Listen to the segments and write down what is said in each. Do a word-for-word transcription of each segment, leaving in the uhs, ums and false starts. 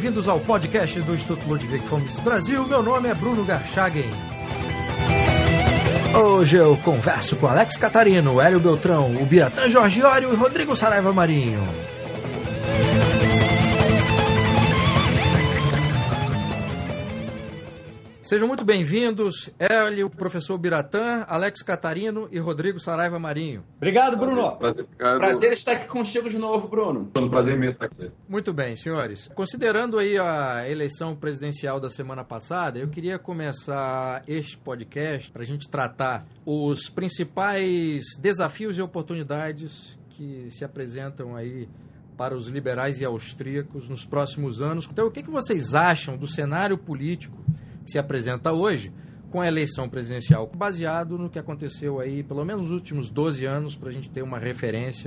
bem-vindos ao podcast do Instituto Ludwig von Mises Brasil. Meu nome é Bruno Garchagen. Hoje eu converso com Alex Catarino, Hélio Beltrão, o Biratã Jorge Iório e Rodrigo Saraiva Marinho. Sejam muito bem-vindos, Hélio, professor Biratã, Alex Catarino e Rodrigo Saraiva Marinho. Obrigado, Bruno. Prazer, prazer, prazer estar aqui contigo de novo, Bruno. Foi um prazer mesmo estar aqui. Muito bem, senhores. Considerando aí a eleição presidencial da semana passada, eu queria começar este podcast para a gente tratar os principais desafios e oportunidades que se apresentam aí para os liberais e austríacos nos próximos anos. Então, o que, que vocês acham do cenário político que se apresenta hoje com a eleição presidencial, baseado no que aconteceu aí, pelo menos nos últimos doze anos, para a gente ter uma referência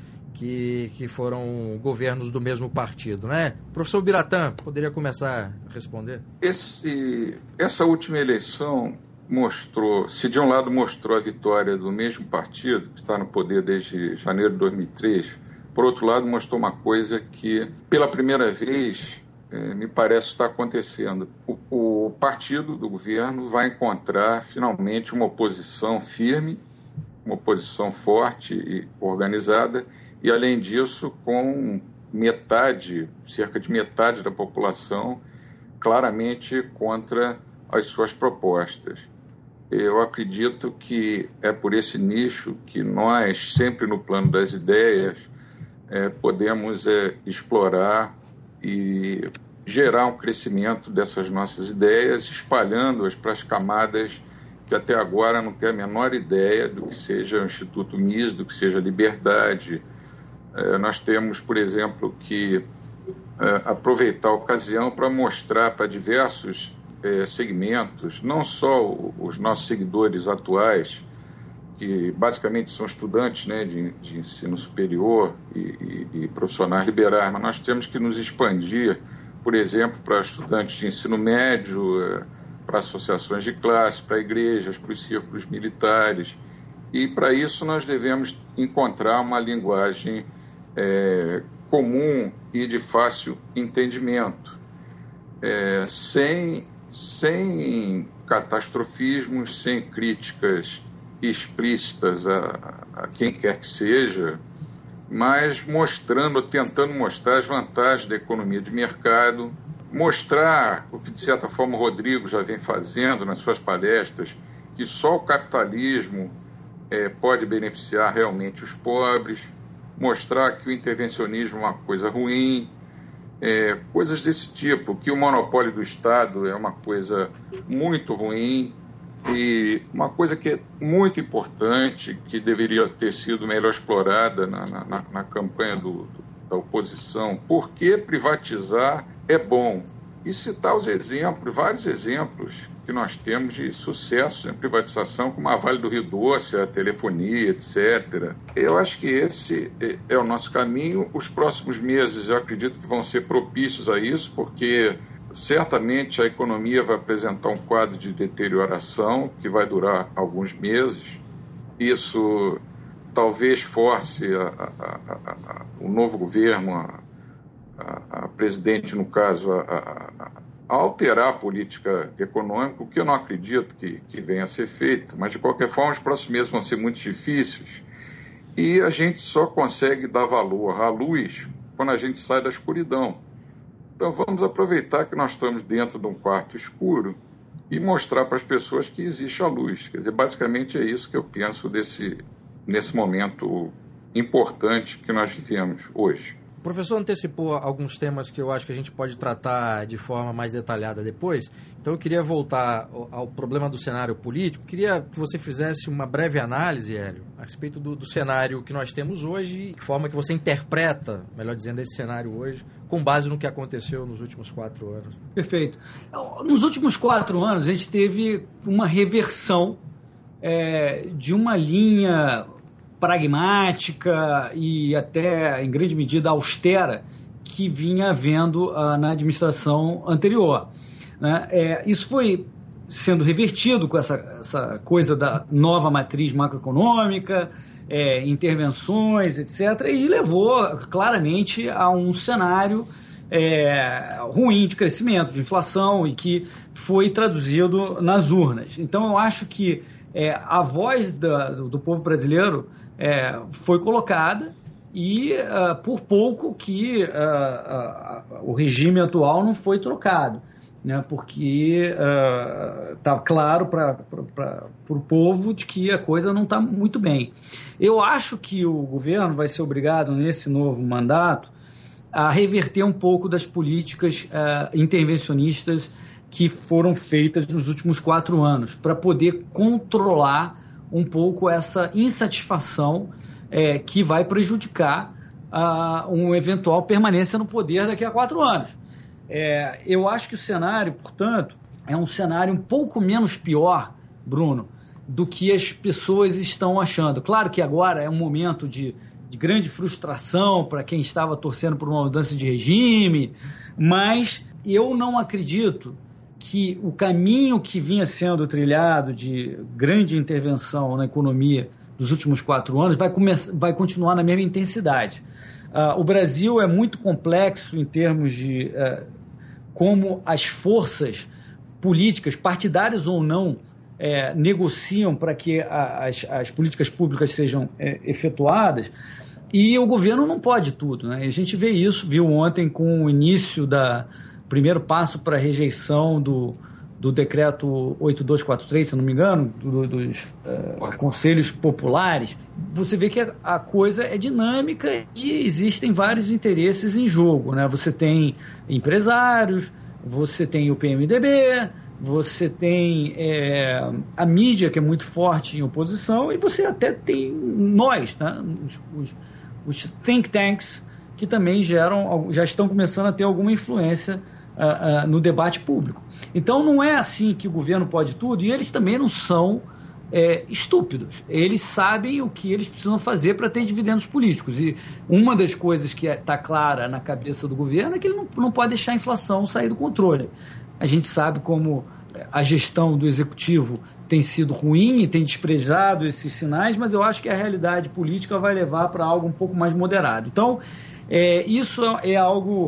que, que foram governos do mesmo partido, né? Professor Biratã, poderia começar a responder? Esse, essa última eleição mostrou, se de um lado mostrou a vitória do mesmo partido, que está no poder desde janeiro de dois mil e três, por outro lado mostrou uma coisa que, pela primeira vez, me parece estar acontecendo. O, o partido do governo vai encontrar finalmente uma oposição firme, uma oposição forte e organizada, e além disso com metade, cerca de metade da população claramente contra as suas propostas. Eu acredito que é por esse nicho que nós, sempre no plano das ideias, é, podemos é, explorar e gerar um crescimento dessas nossas ideias, espalhando-as para as camadas que até agora não têm a menor ideia do que seja o Instituto Mises, do que seja a liberdade. É, nós temos, por exemplo, que é, aproveitar a ocasião para mostrar para diversos é, segmentos, não só o, os nossos seguidores atuais, que basicamente são estudantes, né, de, de ensino superior e, e, e profissionais liberais, mas nós temos que nos expandir, por exemplo, para estudantes de ensino médio, para associações de classe, para igrejas, para os círculos militares. E para isso nós devemos encontrar uma linguagem é, comum e de fácil entendimento, é, sem, sem catastrofismos, sem críticas explícitas a, a quem quer que seja, mas mostrando, tentando mostrar as vantagens da economia de mercado, mostrar o que, de certa forma, o Rodrigo já vem fazendo nas suas palestras, que só o capitalismo é, pode beneficiar realmente os pobres, mostrar que o intervencionismo é uma coisa ruim, é, coisas desse tipo, que o monopólio do Estado é uma coisa muito ruim. E uma coisa que é muito importante, que deveria ter sido melhor explorada na, na, na campanha do, do, da oposição, por que privatizar é bom? E citar os exemplos, vários exemplos que nós temos de sucesso em privatização, como a Vale do Rio Doce, a telefonia, etcétera. Eu acho que esse é, é o nosso caminho. Os próximos meses eu acredito que vão ser propícios a isso, porque certamente a economia vai apresentar um quadro de deterioração que vai durar alguns meses. Isso talvez force a, a, a, a, o novo governo, a, a, a presidente, no caso, a, a, a alterar a política econômica, o que eu não acredito que, que venha a ser feito. Mas, de qualquer forma, os próximos meses vão ser muito difíceis e a gente só consegue dar valor à luz quando a gente sai da escuridão. Então vamos aproveitar que nós estamos dentro de um quarto escuro e mostrar para as pessoas que existe a luz. Quer dizer, basicamente é isso que eu penso desse, nesse momento importante que nós vivemos hoje. O professor antecipou alguns temas que eu acho que a gente pode tratar de forma mais detalhada depois. Então eu queria voltar ao problema do cenário político. Queria que você fizesse uma breve análise, Hélio, a respeito do, do cenário que nós temos hoje e de forma que você interpreta, melhor dizendo, esse cenário hoje, com base no que aconteceu nos últimos quatro anos. Perfeito. Nos últimos quatro anos, a gente teve uma reversão é, de uma linha pragmática e até, em grande medida, austera que vinha havendo uh, na administração anterior. Né? É, isso foi sendo revertido com essa, essa coisa da nova matriz macroeconômica, é, intervenções, etcétera, e levou claramente a um cenário é, ruim de crescimento, de inflação, e que foi traduzido nas urnas. Então, eu acho que é, a voz da, do, do povo brasileiro é, foi colocada e, uh, por pouco que uh, uh, o regime atual não foi trocado, né, porque está uh, claro para o povo de que a coisa não está muito bem. Eu acho que o governo vai ser obrigado, nesse novo mandato, a reverter um pouco das políticas uh, intervencionistas que foram feitas nos últimos quatro anos, para poder controlar um pouco essa insatisfação é, que vai prejudicar uh, uma eventual permanência no poder daqui a quatro anos. É, eu acho que o cenário, portanto, é um cenário um pouco menos pior, Bruno, do que as pessoas estão achando. Claro que agora é um momento de, de grande frustração para quem estava torcendo por uma mudança de regime, mas eu não acredito que o caminho que vinha sendo trilhado de grande intervenção na economia dos últimos quatro anos vai, começar, vai continuar na mesma intensidade. Uh, o Brasil é muito complexo em termos de uh, como as forças políticas, partidárias ou não, é, negociam para que a, as, as políticas públicas sejam é, efetuadas, e o governo não pode tudo, né? A gente vê isso, viu ontem com o início da primeiro passo para a rejeição do, do decreto oito dois quatro três, se não me engano, do, dos uh, conselhos populares. Você vê que a, a coisa é dinâmica e existem vários interesses em jogo, né? Você tem empresários, você tem o P M D B, você tem é, a mídia, que é muito forte em oposição, e você até tem nós, né? os, os, os think tanks, que também geram, já estão começando a ter alguma influência uh, uh, no debate público. Então não é assim que o governo pode tudo, e eles também não são é, estúpidos. Eles sabem o que eles precisam fazer para ter dividendos políticos. E uma das coisas que está clara na cabeça do governo é que ele não, não pode deixar a inflação sair do controle. A gente sabe como a gestão do executivo tem sido ruim e tem desprezado esses sinais, mas eu acho que a realidade política vai levar para algo um pouco mais moderado. Então, é, isso é algo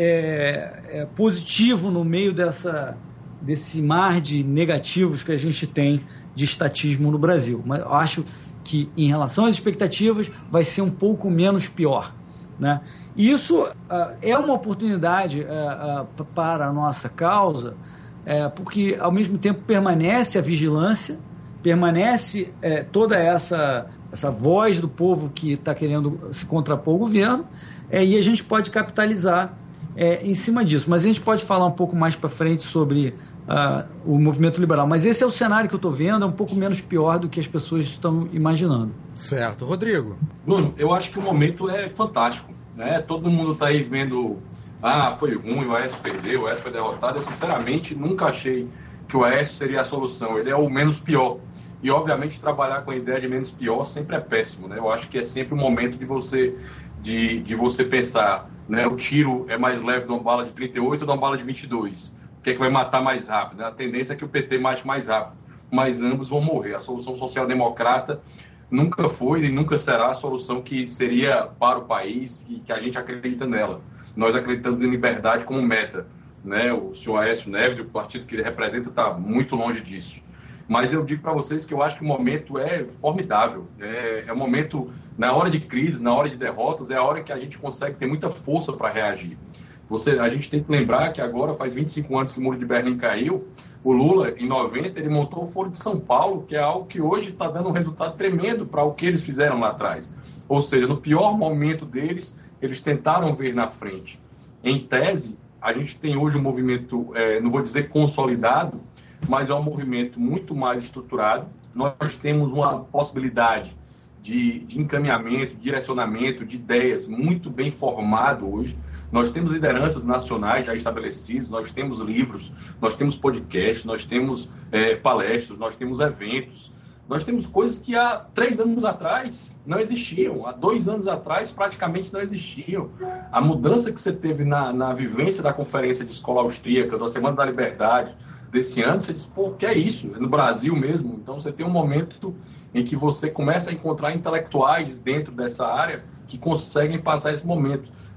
é, é positivo no meio dessa, desse mar de negativos que a gente tem de estatismo no Brasil. Mas eu acho que, em relação às expectativas, vai ser um pouco menos pior, né? E isso uh, é uma oportunidade uh, uh, para a nossa causa, uh, porque, ao mesmo tempo, permanece a vigilância, permanece uh, toda essa, essa voz do povo que está querendo se contrapor ao governo, uh, e a gente pode capitalizar uh, em cima disso. Mas a gente pode falar um pouco mais para frente sobre uh, o movimento liberal. Mas esse é o cenário que eu estou vendo, é um pouco menos pior do que as pessoas estão imaginando. Certo. Rodrigo? Bruno, eu acho que o momento é fantástico. Né? Todo mundo está aí vendo, ah, foi ruim, o Aécio perdeu, o Aécio foi derrotado. Eu, sinceramente, nunca achei que o Aécio seria a solução. Ele é o menos pior. E, obviamente, trabalhar com a ideia de menos pior sempre é péssimo. Né? Eu acho que é sempre o momento de você, de, de você pensar, né? O tiro é mais leve de uma bala de trinta e oito ou de uma bala de vinte e dois. O que é que vai matar mais rápido? A tendência é que o P T mate mais rápido, mas ambos vão morrer. A solução social-democrata nunca foi e nunca será a solução que seria para o país e que a gente acredita nela. Nós acreditamos em liberdade como meta. Né? O senhor Aécio Neves, o partido que ele representa, está muito longe disso. Mas eu digo para vocês que eu acho que o momento é formidável. É, é um momento, na hora de crise, na hora de derrotas, é a hora que a gente consegue ter muita força para reagir. Você, a gente tem que lembrar que agora faz vinte e cinco anos que o Muro de Berlim caiu. O Lula, em noventa, ele montou o Foro de São Paulo, que é algo que hoje está dando um resultado tremendo para o que eles fizeram lá atrás. Ou seja, no pior momento deles, eles tentaram ver na frente. Em tese, a gente tem hoje um movimento, é, não vou dizer consolidado, mas é um movimento muito mais estruturado. Nós temos uma possibilidade de, de encaminhamento, de direcionamento, de ideias muito bem formado hoje. Nós temos lideranças nacionais já estabelecidas, nós temos livros, nós temos podcasts, nós temos é, palestras, nós temos eventos, nós temos coisas que há três anos atrás não existiam, há dois anos atrás praticamente não existiam. A mudança que você teve na, na vivência da Conferência de Escola Austríaca, da Semana da Liberdade, desse ano, você diz, pô, o que é isso? É no Brasil mesmo. Então você tem um momento em que você começa a encontrar intelectuais dentro dessa área que conseguem passar esse momento.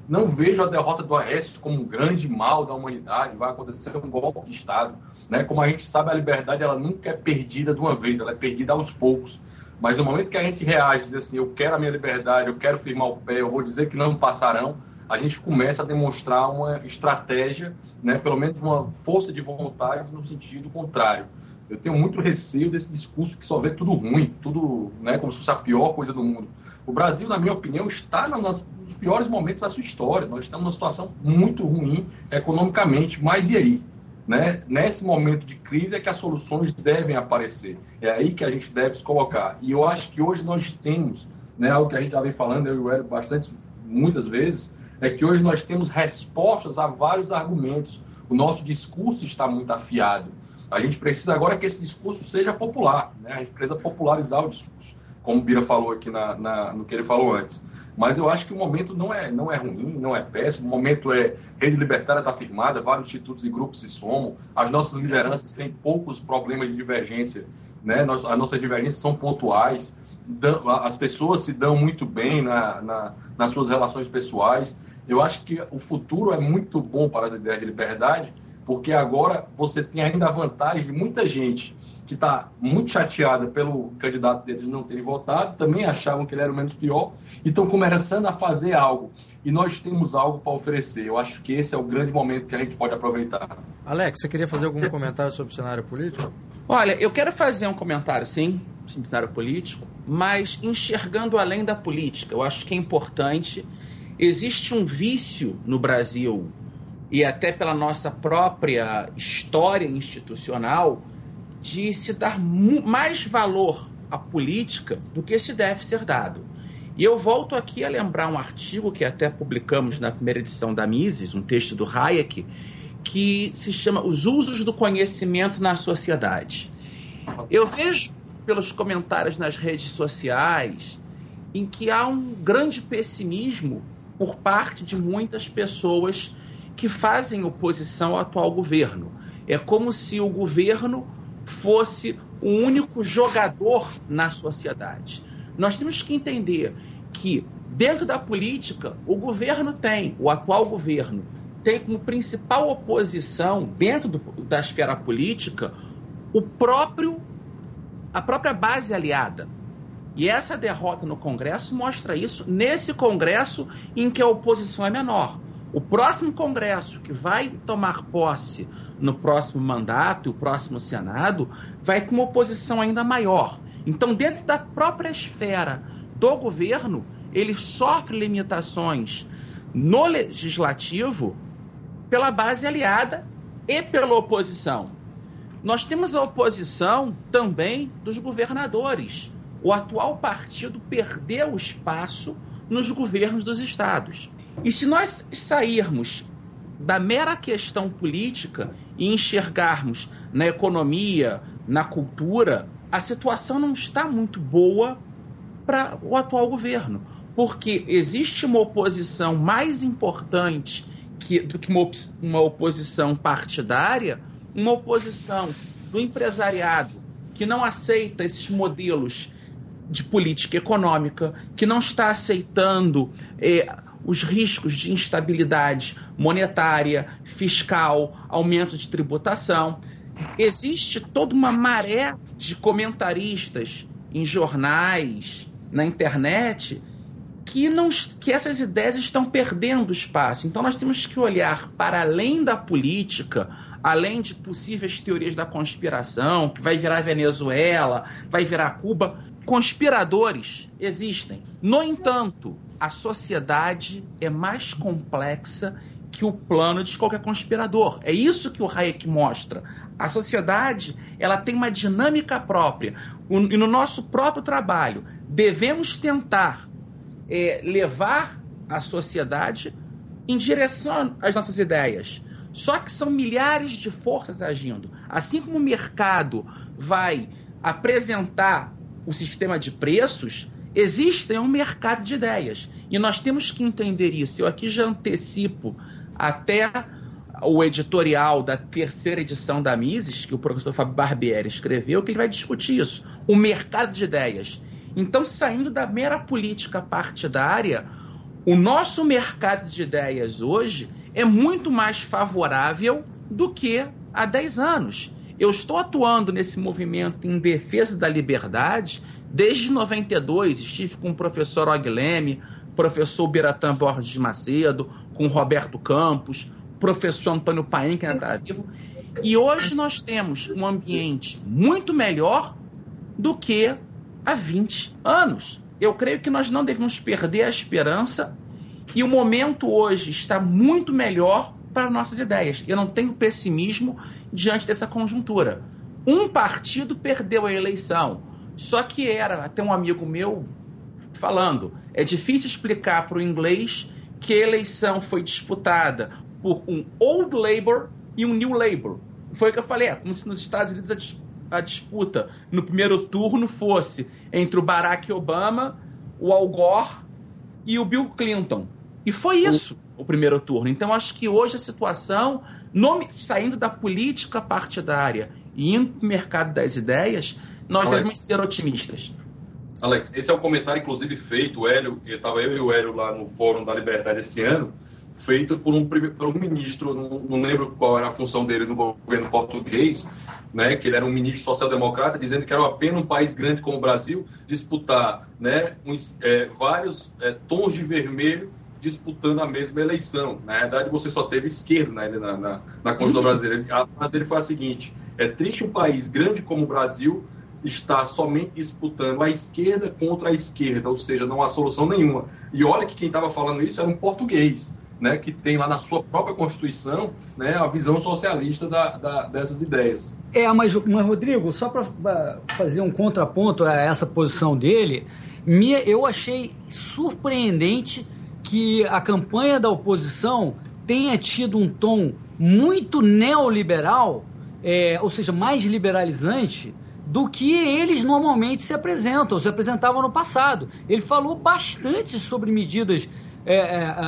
não vejo a derrota do Aécio como um grande mal da humanidade, vai acontecer um golpe de Estado. Né? Como a gente sabe, a liberdade ela nunca é perdida de uma vez, ela é perdida aos poucos. Mas no momento que a gente reage, diz assim, eu quero a minha liberdade, eu quero firmar o pé, eu vou dizer que não passarão, a gente começa a demonstrar uma estratégia, né? Pelo menos uma força de vontade no sentido contrário. Eu tenho muito receio desse discurso que só vê tudo ruim, tudo, né, como se fosse a pior coisa do mundo. O Brasil, na minha opinião, está nos piores momentos da sua história. Nós estamos numa situação muito ruim economicamente, mas e aí? Né? Nesse momento de crise é que as soluções devem aparecer. É aí que a gente deve se colocar. E eu acho que hoje nós temos, né, algo que a gente já vem falando, eu e o Hélio, bastante, muitas vezes, é que hoje nós temos respostas a vários argumentos. O nosso discurso está muito afiado. A gente precisa agora que esse discurso seja popular, né? A gente precisa popularizar o discurso, como o Bira falou aqui na, na, no que ele falou antes. Mas eu acho que o momento não é, não é ruim, não é péssimo. O momento é, Rede Libertária está firmada, vários institutos e grupos se somam, as nossas lideranças têm poucos problemas de divergência, né? Nós, as nossas divergências são pontuais, as pessoas se dão muito bem na, na, nas suas relações pessoais. Eu acho que o futuro é muito bom para as ideias de liberdade, porque agora você tem ainda a vantagem de muita gente que está muito chateada pelo candidato deles não terem votado, também achavam que ele era o menos pior, e estão começando a fazer algo. E nós temos algo para oferecer. Eu acho que esse é o grande momento que a gente pode aproveitar. Alex, você queria fazer algum comentário sobre o cenário político? Olha, eu quero fazer um comentário, sim, sobre o cenário político, mas enxergando além da política. Eu acho que é importante. Existe um vício no Brasil, e até pela nossa própria história institucional, de se dar mais valor à política do que se deve ser dado. E eu volto aqui a lembrar um artigo que até publicamos na primeira edição da Mises, um texto do Hayek, que se chama Os Usos do Conhecimento na Sociedade. Eu vejo pelos comentários nas redes sociais em que há um grande pessimismo por parte de muitas pessoas que fazem oposição ao atual governo. É como se o governo fosse o único jogador na sociedade. Nós temos que entender que, dentro da política, o governo tem, o atual governo, tem como principal oposição, dentro do, da esfera política, o próprio, a própria base aliada. E essa derrota no Congresso mostra isso nesse Congresso em que a oposição é menor. O próximo Congresso, que vai tomar posse no próximo mandato, e o próximo Senado, vai com uma oposição ainda maior. Então, dentro da própria esfera do governo, ele sofre limitações no legislativo pela base aliada e pela oposição. Nós temos a oposição também dos governadores. O atual partido perdeu o espaço nos governos dos estados. E se nós sairmos da mera questão política e enxergarmos na economia, na cultura, a situação não está muito boa para o atual governo, porque existe uma oposição mais importante que, do que uma, uma oposição partidária, uma oposição do empresariado que não aceita esses modelos de política econômica, que não está aceitando eh, os riscos de instabilidade monetária, fiscal, aumento de tributação. Existe toda uma maré de comentaristas em jornais, na internet, que, não, que essas ideias estão perdendo espaço. Então nós temos que olhar para além da política, além de possíveis teorias da conspiração, que vai virar Venezuela, vai virar Cuba. Conspiradores existem. No entanto, a sociedade é mais complexa que o plano de qualquer conspirador. É isso que o Hayek mostra. A sociedade, ela tem uma dinâmica própria. E no nosso próprio trabalho, devemos tentar é, levar a sociedade em direção às nossas ideias. Só que são milhares de forças agindo. Assim como o mercado vai apresentar o sistema de preços, existe um mercado de ideias. E nós temos que entender isso. Eu aqui já antecipo até o editorial da terceira edição da Mises, que o professor Fábio Barbieri escreveu, que ele vai discutir isso. O mercado de ideias. Então, saindo da mera política partidária, O nosso mercado de ideias hoje é muito mais favorável do que há dez anos. Eu estou atuando nesse movimento em defesa da liberdade desde noventa e dois. Estive com o professor Og Leme, professor Biratã Borges de Macedo, com Roberto Campos, professor Antônio Paim, que ainda está vivo. E hoje nós temos um ambiente muito melhor do que há vinte anos. Eu creio que nós não devemos perder a esperança e o momento hoje está muito melhor para nossas ideias. Eu não tenho pessimismo diante dessa conjuntura. Um partido perdeu a eleição, só que era, até um amigo meu falando, é difícil explicar para o inglês que a eleição foi disputada por um Old Labour e um New Labour. Foi o que eu falei, é como se nos Estados Unidos a, dis- a disputa no primeiro turno fosse entre o Barack Obama, o Al Gore e o Bill Clinton. E foi isso o primeiro turno. Então, acho que hoje a situação, no, saindo da política partidária e indo para o mercado das ideias, nós Alex, devemos ser otimistas. Alex, esse é um comentário, inclusive, feito, o Hélio, estava eu e o Hélio lá no Fórum da Liberdade esse ano, feito por um, por um ministro, não, não lembro qual era a função dele no governo português, né, que ele era um ministro social-democrata, dizendo que era apenas um país grande como o Brasil disputar, né, uns, é, vários é, tons de vermelho disputando a mesma eleição. Na verdade, você só teve esquerda, né, na, na, na Constituição brasileira. A frase dele foi a seguinte: é triste um país grande como o Brasil estar somente disputando a esquerda contra a esquerda, ou seja, não há solução nenhuma. E olha que quem estava falando isso era um português, né, que tem lá na sua própria Constituição, né, a visão socialista da, da, dessas ideias. É, mas, mas Rodrigo, só para fazer um contraponto a essa posição dele, me, eu achei surpreendente que a campanha da oposição tenha tido um tom muito neoliberal, é, ou seja, mais liberalizante, do que eles normalmente se apresentam, se apresentavam no passado. Ele falou bastante sobre medidas é,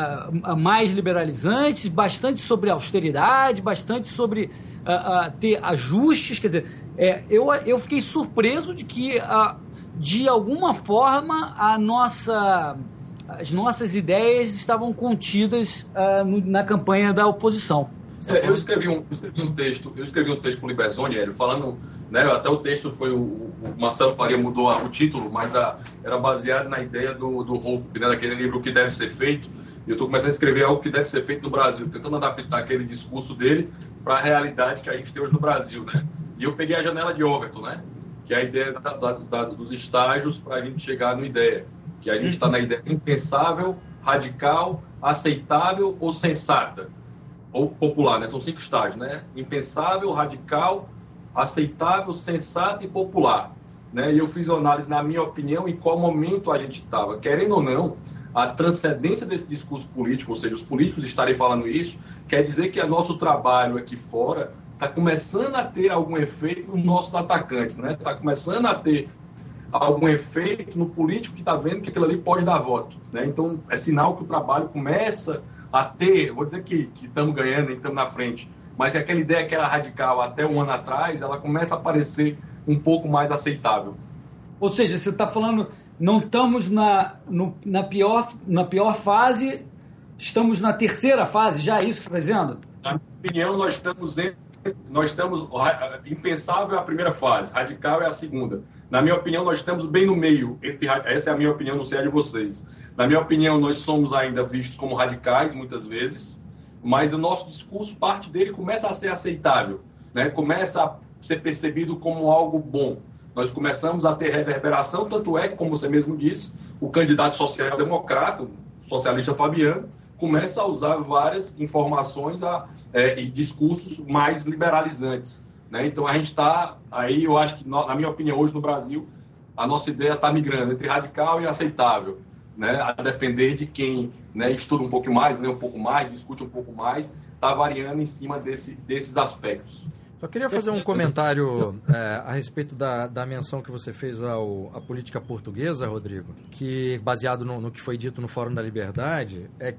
é, mais liberalizantes, bastante sobre austeridade, bastante sobre a, a, ter ajustes. Quer dizer, é, eu, eu fiquei surpreso de que, a, de alguma forma, a nossa... as nossas ideias estavam contidas uh, no, na campanha da oposição. É, eu, escrevi um, eu escrevi um texto, eu escrevi um texto para o Liberzoni, Hélio, falando, né, até o texto foi o, o Marcelo Faria mudou a, o título, mas a, era baseado na ideia do, do Hope, né, daquele livro O que Deve Ser Feito. E eu estou começando a escrever algo que deve ser feito no Brasil, tentando adaptar aquele discurso dele para a realidade que a gente tem hoje no Brasil, né? E eu peguei a janela de Overton, né, que é a ideia da, da, das, dos estágios para a gente chegar no ideia. Que a gente está na ideia impensável, radical, aceitável ou sensata. Ou popular, né? São cinco estágios, né? Impensável, radical, aceitável, sensata e popular. Né? E eu fiz uma análise, na minha opinião, em qual momento a gente estava. Querendo ou não, a transcendência desse discurso político, ou seja, os políticos estarem falando isso, quer dizer que o nosso trabalho aqui fora está começando a ter algum efeito nos nossos atacantes, né? Está começando a ter algum efeito no político que está vendo que aquilo ali pode dar voto, né? Então, é sinal que o trabalho começa a ter, vou dizer que estamos ganhando, estamos na frente, mas é aquela ideia que era radical até um ano atrás, ela começa a parecer um pouco mais aceitável. Ou seja, você está falando, não estamos na, no, na, pior, na pior fase, estamos na terceira fase, já é isso que você está dizendo? Na minha opinião, nós estamos, em, nós estamos impensável é a primeira fase, radical é a segunda. Na minha opinião, nós estamos bem no meio. Entre, essa é a minha opinião, não sei a de vocês. Na minha opinião, nós somos ainda vistos como radicais, muitas vezes, mas o nosso discurso, parte dele, começa a ser aceitável, né? Começa a ser percebido como algo bom. Nós começamos a ter reverberação, tanto é que, como você mesmo disse, o candidato social-democrata, o socialista Fabiano, começa a usar várias informações a, é, e discursos mais liberalizantes. Né? Então a gente está, aí eu acho que, na minha opinião, hoje no Brasil, a nossa ideia está migrando entre radical e aceitável, né? A depender de quem, né, estuda um pouco mais, lê um pouco mais, discute um pouco mais, está variando em cima desse, desses aspectos. Só queria fazer um comentário é, a respeito da, da menção que você fez ao, à política portuguesa, Rodrigo, que, baseado no, no que foi dito no Fórum da Liberdade, é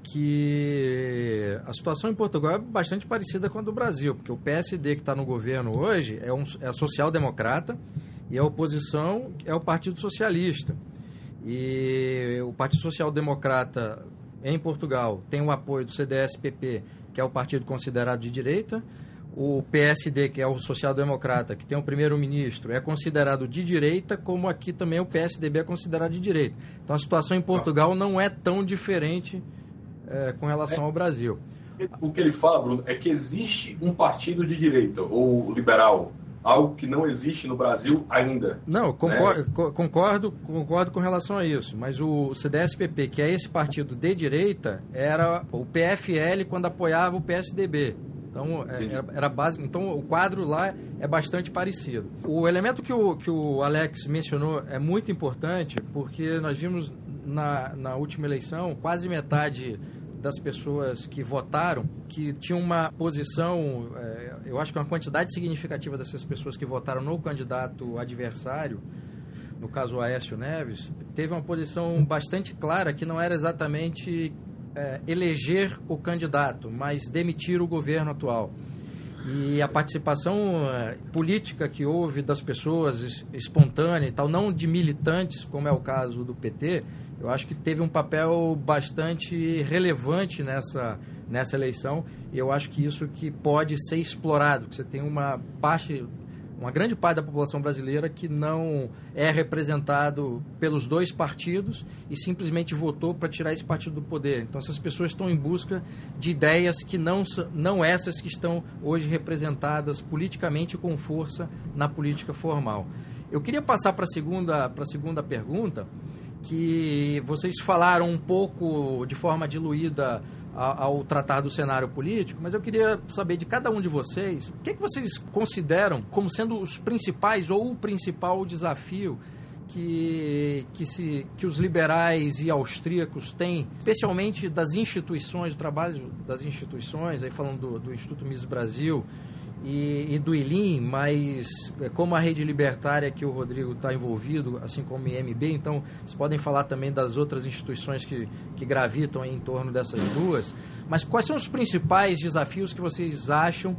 que a situação em Portugal é bastante parecida com a do Brasil, porque o P S D que está no governo hoje é, um, é social-democrata e a oposição é o Partido Socialista. E o Partido Social Democrata em Portugal, tem o apoio do C D S P P, que é o partido considerado de direita, o P S D, que é o social-democrata, que tem o primeiro-ministro, é considerado de direita, como aqui também o P S D B é considerado de direita. Então a situação em Portugal não é tão diferente é, com relação ao Brasil. O que ele fala, Bruno, é que existe um partido de direita, ou liberal, algo que não existe no Brasil ainda. Não, concordo, né? concordo, concordo com relação a isso, mas o C D S P P, que é esse partido de direita, era o P F L quando apoiava o P S D B. Então, era, era básico. Então, o quadro lá é bastante parecido. O elemento que o, que o Alex mencionou é muito importante, porque nós vimos na, na última eleição quase metade das pessoas que votaram, que tinham uma posição, é, eu acho que uma quantidade significativa dessas pessoas que votaram no candidato adversário, no caso o Aécio Neves, teve uma posição bastante clara que não era exatamente é, eleger o candidato, mas demitir o governo atual. E a participação é, política que houve das pessoas, es, espontânea e tal, não de militantes, como é o caso do P T, eu acho que teve um papel bastante relevante nessa, nessa eleição, e eu acho que isso que pode ser explorado, que você tem uma parte, uma grande parte da população brasileira que não é representado pelos dois partidos e simplesmente votou para tirar esse partido do poder. Então essas pessoas estão em busca de ideias que não, não essas que estão hoje representadas politicamente com força na política formal. Eu queria passar para a segunda, para a segunda pergunta, que vocês falaram um pouco de forma diluída ao, ao tratar do cenário político, mas eu queria saber de cada um de vocês, o que, é que vocês consideram como sendo os principais ou o principal desafio que, que, se, que os liberais e austríacos têm, especialmente das instituições, do trabalho das instituições, aí falando do, do Instituto Mises Brasil e, e do I L I M, mas como a rede libertária que o Rodrigo está envolvido, assim como o I M B, então vocês podem falar também das outras instituições que, que gravitam em torno dessas duas, mas quais são os principais desafios que vocês acham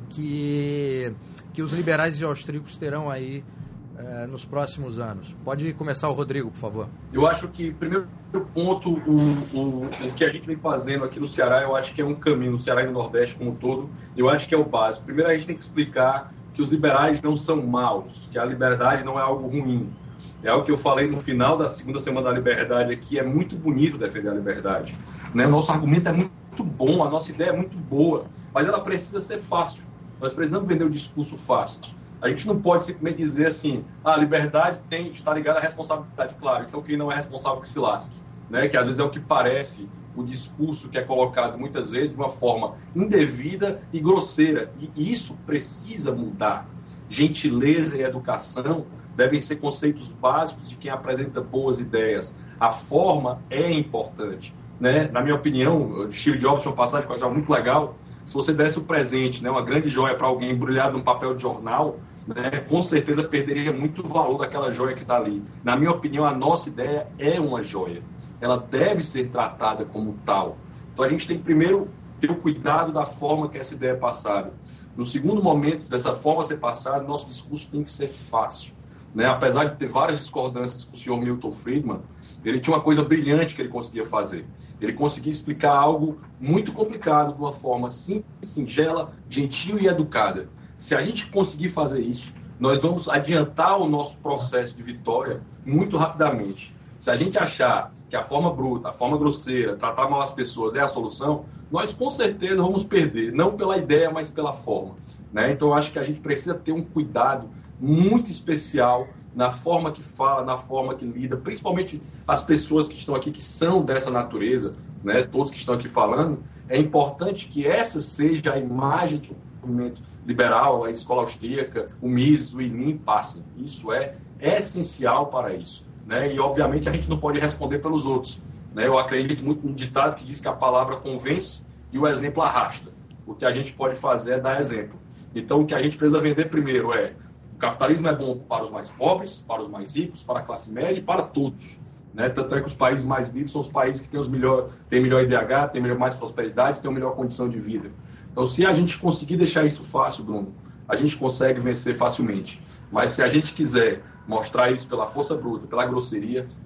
que, que os liberais e austríacos terão aí eh, nos próximos anos? Pode começar o Rodrigo, por favor. Eu acho que, primeiro ponto, o, o, o que a gente vem fazendo aqui no Ceará, eu acho que é um caminho, no Ceará e no Nordeste como um todo, eu acho que é o básico. Primeiro a gente tem que explicar que os liberais não são maus, que a liberdade não é algo ruim. É algo que eu falei no final da segunda semana da liberdade aqui, é muito bonito defender a liberdade. Né? O nosso argumento é muito bom, a nossa ideia é muito boa, mas ela precisa ser fácil. Nós precisamos vender o discurso fácil. A gente não pode simplesmente dizer assim, ah, a liberdade tem, está ligada à responsabilidade. Claro, então quem não é responsável que se lasque. Né? Que às vezes é o que parece o discurso que é colocado muitas vezes de uma forma indevida e grosseira. E isso precisa mudar. Gentileza e educação devem ser conceitos básicos de quem apresenta boas ideias. A forma é importante. Né? Na minha opinião, o Steve Jobs tinha uma passagem que eu achava muito legal. Se você desse o presente, né, uma grande joia para alguém embrulhado num papel de jornal, né, com certeza perderia muito o valor daquela joia que está ali. Na minha opinião, a nossa ideia é uma joia. Ela deve ser tratada como tal. Então a gente tem que primeiro ter o cuidado da forma que essa ideia é passada. No segundo momento, dessa forma ser passada, nosso discurso tem que ser fácil. Né? Apesar de ter várias discordâncias com o senhor Milton Friedman, ele tinha uma coisa brilhante que ele conseguia fazer. Ele conseguia explicar algo muito complicado de uma forma simples, singela, gentil e educada. Se a gente conseguir fazer isso, nós vamos adiantar o nosso processo de vitória muito rapidamente. Se a gente achar que a forma bruta, a forma grosseira, tratar mal as pessoas é a solução, nós com certeza vamos perder, não pela ideia, mas pela forma. Né? Então eu acho que a gente precisa ter um cuidado muito especial na forma que fala, na forma que lida, principalmente as pessoas que estão aqui, que são dessa natureza, né? Todos que estão aqui falando, é importante que essa seja a imagem que o movimento liberal, a escola austríaca, o Mises, o I L I M passam. Isso é essencial para isso. Né? E, obviamente, a gente não pode responder pelos outros. Né? Eu acredito muito no ditado que diz que a palavra convence e o exemplo arrasta. O que a gente pode fazer é dar exemplo. Então, o que a gente precisa vender primeiro é: o capitalismo é bom para os mais pobres, para os mais ricos, para a classe média e para todos. Né? Tanto é que os países mais livres são os países que têm, os melhor, têm melhor I D H, têm melhor, mais prosperidade, têm uma melhor condição de vida. Então, se a gente conseguir deixar isso fácil, Bruno, a gente consegue vencer facilmente. Mas se a gente quiser mostrar isso pela força bruta, pela grosseria,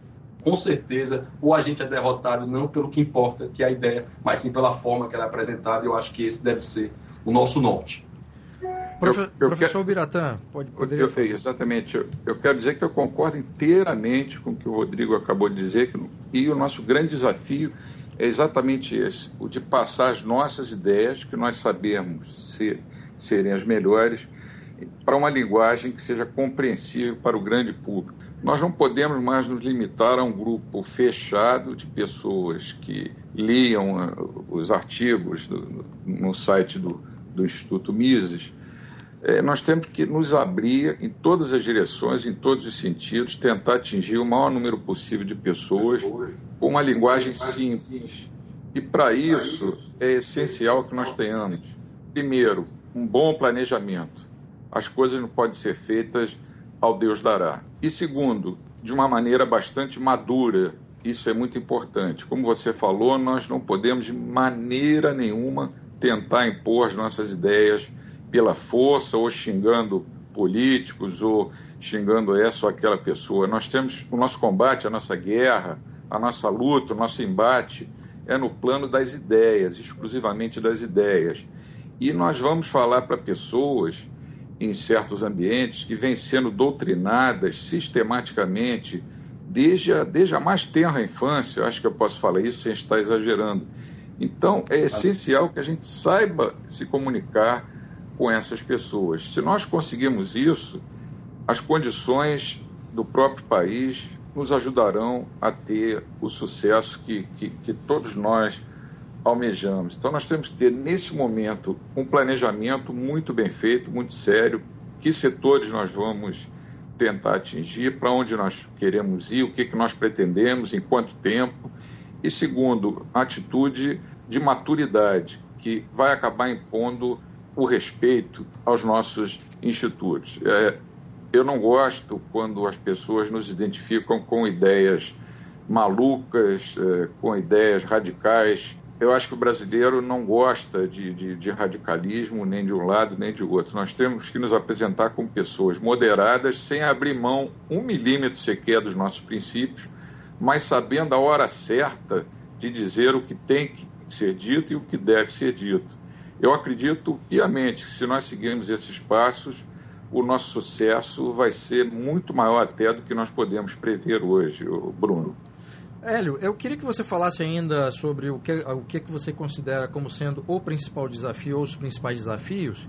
com certeza, ou a gente é derrotado não pelo que importa, que é a ideia, mas sim pela forma que ela é apresentada, e eu acho que esse deve ser o nosso norte. Profe- eu, eu professor quero, Biratã, pode poderia eu, eu, Exatamente. Eu, eu quero dizer que eu concordo inteiramente com o que o Rodrigo acabou de dizer, que, e o nosso grande desafio é exatamente esse, o de passar as nossas ideias, que nós sabemos ser, serem as melhores, para uma linguagem que seja compreensível para o grande público. Nós não podemos mais nos limitar a um grupo fechado de pessoas que liam uh, os artigos do, no site do, do Instituto Mises. É, nós temos que nos abrir em todas as direções, em todos os sentidos, tentar atingir o maior número possível de pessoas com uma linguagem simples. E, para isso, é essencial que nós tenhamos, primeiro, um bom planejamento. As coisas não podem ser feitas ao Deus dará. E, segundo, de uma maneira bastante madura. Isso é muito importante. Como você falou, nós não podemos, de maneira nenhuma, tentar impor as nossas ideias pela força, ou xingando políticos, ou xingando essa ou aquela pessoa. Nós temos o nosso combate, a nossa guerra, a nossa luta, o nosso embate é no plano das ideias, exclusivamente das ideias. E nós vamos falar para pessoas em certos ambientes que vêm sendo doutrinadas sistematicamente desde a, desde a mais tenra infância. Acho que eu posso falar isso sem estar exagerando. Então, é essencial que a gente saiba se comunicar com essas pessoas. Se nós conseguirmos isso, as condições do próprio país nos ajudarão a ter o sucesso que, que, que todos nós almejamos. Então, nós temos que ter, nesse momento, um planejamento muito bem feito, muito sério, que setores nós vamos tentar atingir, para onde nós queremos ir, o que, que nós pretendemos, em quanto tempo. E, segundo, a atitude de maturidade, que vai acabar impondo o respeito aos nossos institutos. É, eu não gosto quando as pessoas nos identificam com ideias malucas, é, com ideias radicais. Eu acho que o brasileiro não gosta de, de, de radicalismo, nem de um lado, nem de outro. Nós temos que nos apresentar como pessoas moderadas, sem abrir mão um milímetro sequer dos nossos princípios, mas sabendo a hora certa de dizer o que tem que ser dito e o que deve ser dito. Eu acredito piamente que, se nós seguirmos esses passos, o nosso sucesso vai ser muito maior até do que nós podemos prever hoje, Bruno. Hélio, eu queria que você falasse ainda sobre o que, o que você considera como sendo o principal desafio ou os principais desafios.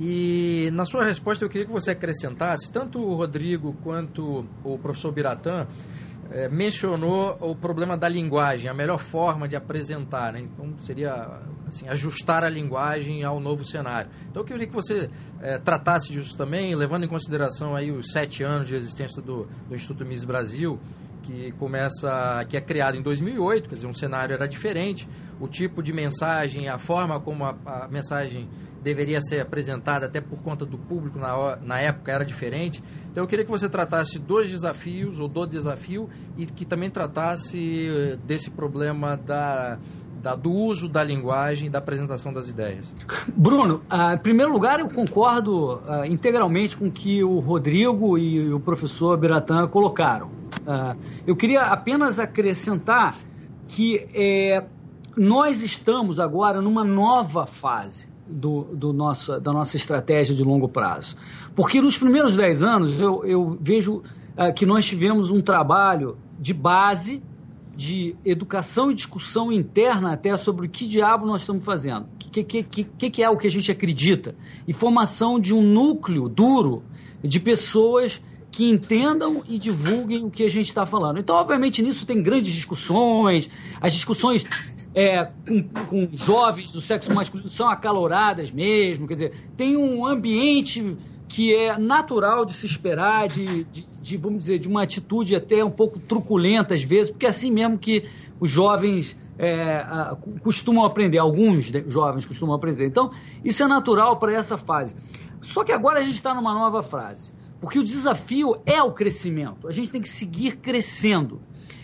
E, na sua resposta, eu queria que você acrescentasse, tanto o Rodrigo quanto o professor Biratã é, mencionou o problema da linguagem, a melhor forma de apresentar, né? Então, seria assim, ajustar a linguagem ao novo cenário. Então, eu queria que você é, tratasse disso também, levando em consideração aí os sete anos de existência do, do Instituto Mises Brasil, que começa, que é criado em dois mil e oito, quer dizer, um cenário era diferente, o tipo de mensagem, a forma como a, a mensagem deveria ser apresentada, até por conta do público na, na época, era diferente. Então eu queria que você tratasse dos desafios, ou do desafio, e que também tratasse desse problema da, da, do uso da linguagem, da apresentação das ideias. Bruno, uh, em primeiro lugar, eu concordo uh, integralmente com o que o Rodrigo e o professor Biratã colocaram. Uh, eu queria apenas acrescentar que é, nós estamos agora numa nova fase do, do nosso, da nossa estratégia de longo prazo. Porque nos primeiros dez anos eu, eu vejo uh, que nós tivemos um trabalho de base, de educação e discussão interna até sobre o que diabo nós estamos fazendo, o que, que, que, que é o que a gente acredita, e formação de um núcleo duro de pessoas que entendam e divulguem o que a gente está falando. Então, obviamente, nisso tem grandes discussões, as discussões é, com, com jovens do sexo masculino são acaloradas mesmo, quer dizer, tem um ambiente que é natural de se esperar, de, de, de, vamos dizer, de uma atitude até um pouco truculenta às vezes, porque é assim mesmo que os jovens é, costumam aprender, alguns jovens costumam aprender. Então, isso é natural para essa fase. Só que agora a gente está numa nova fase, porque o desafio é o crescimento, a gente tem que seguir crescendo.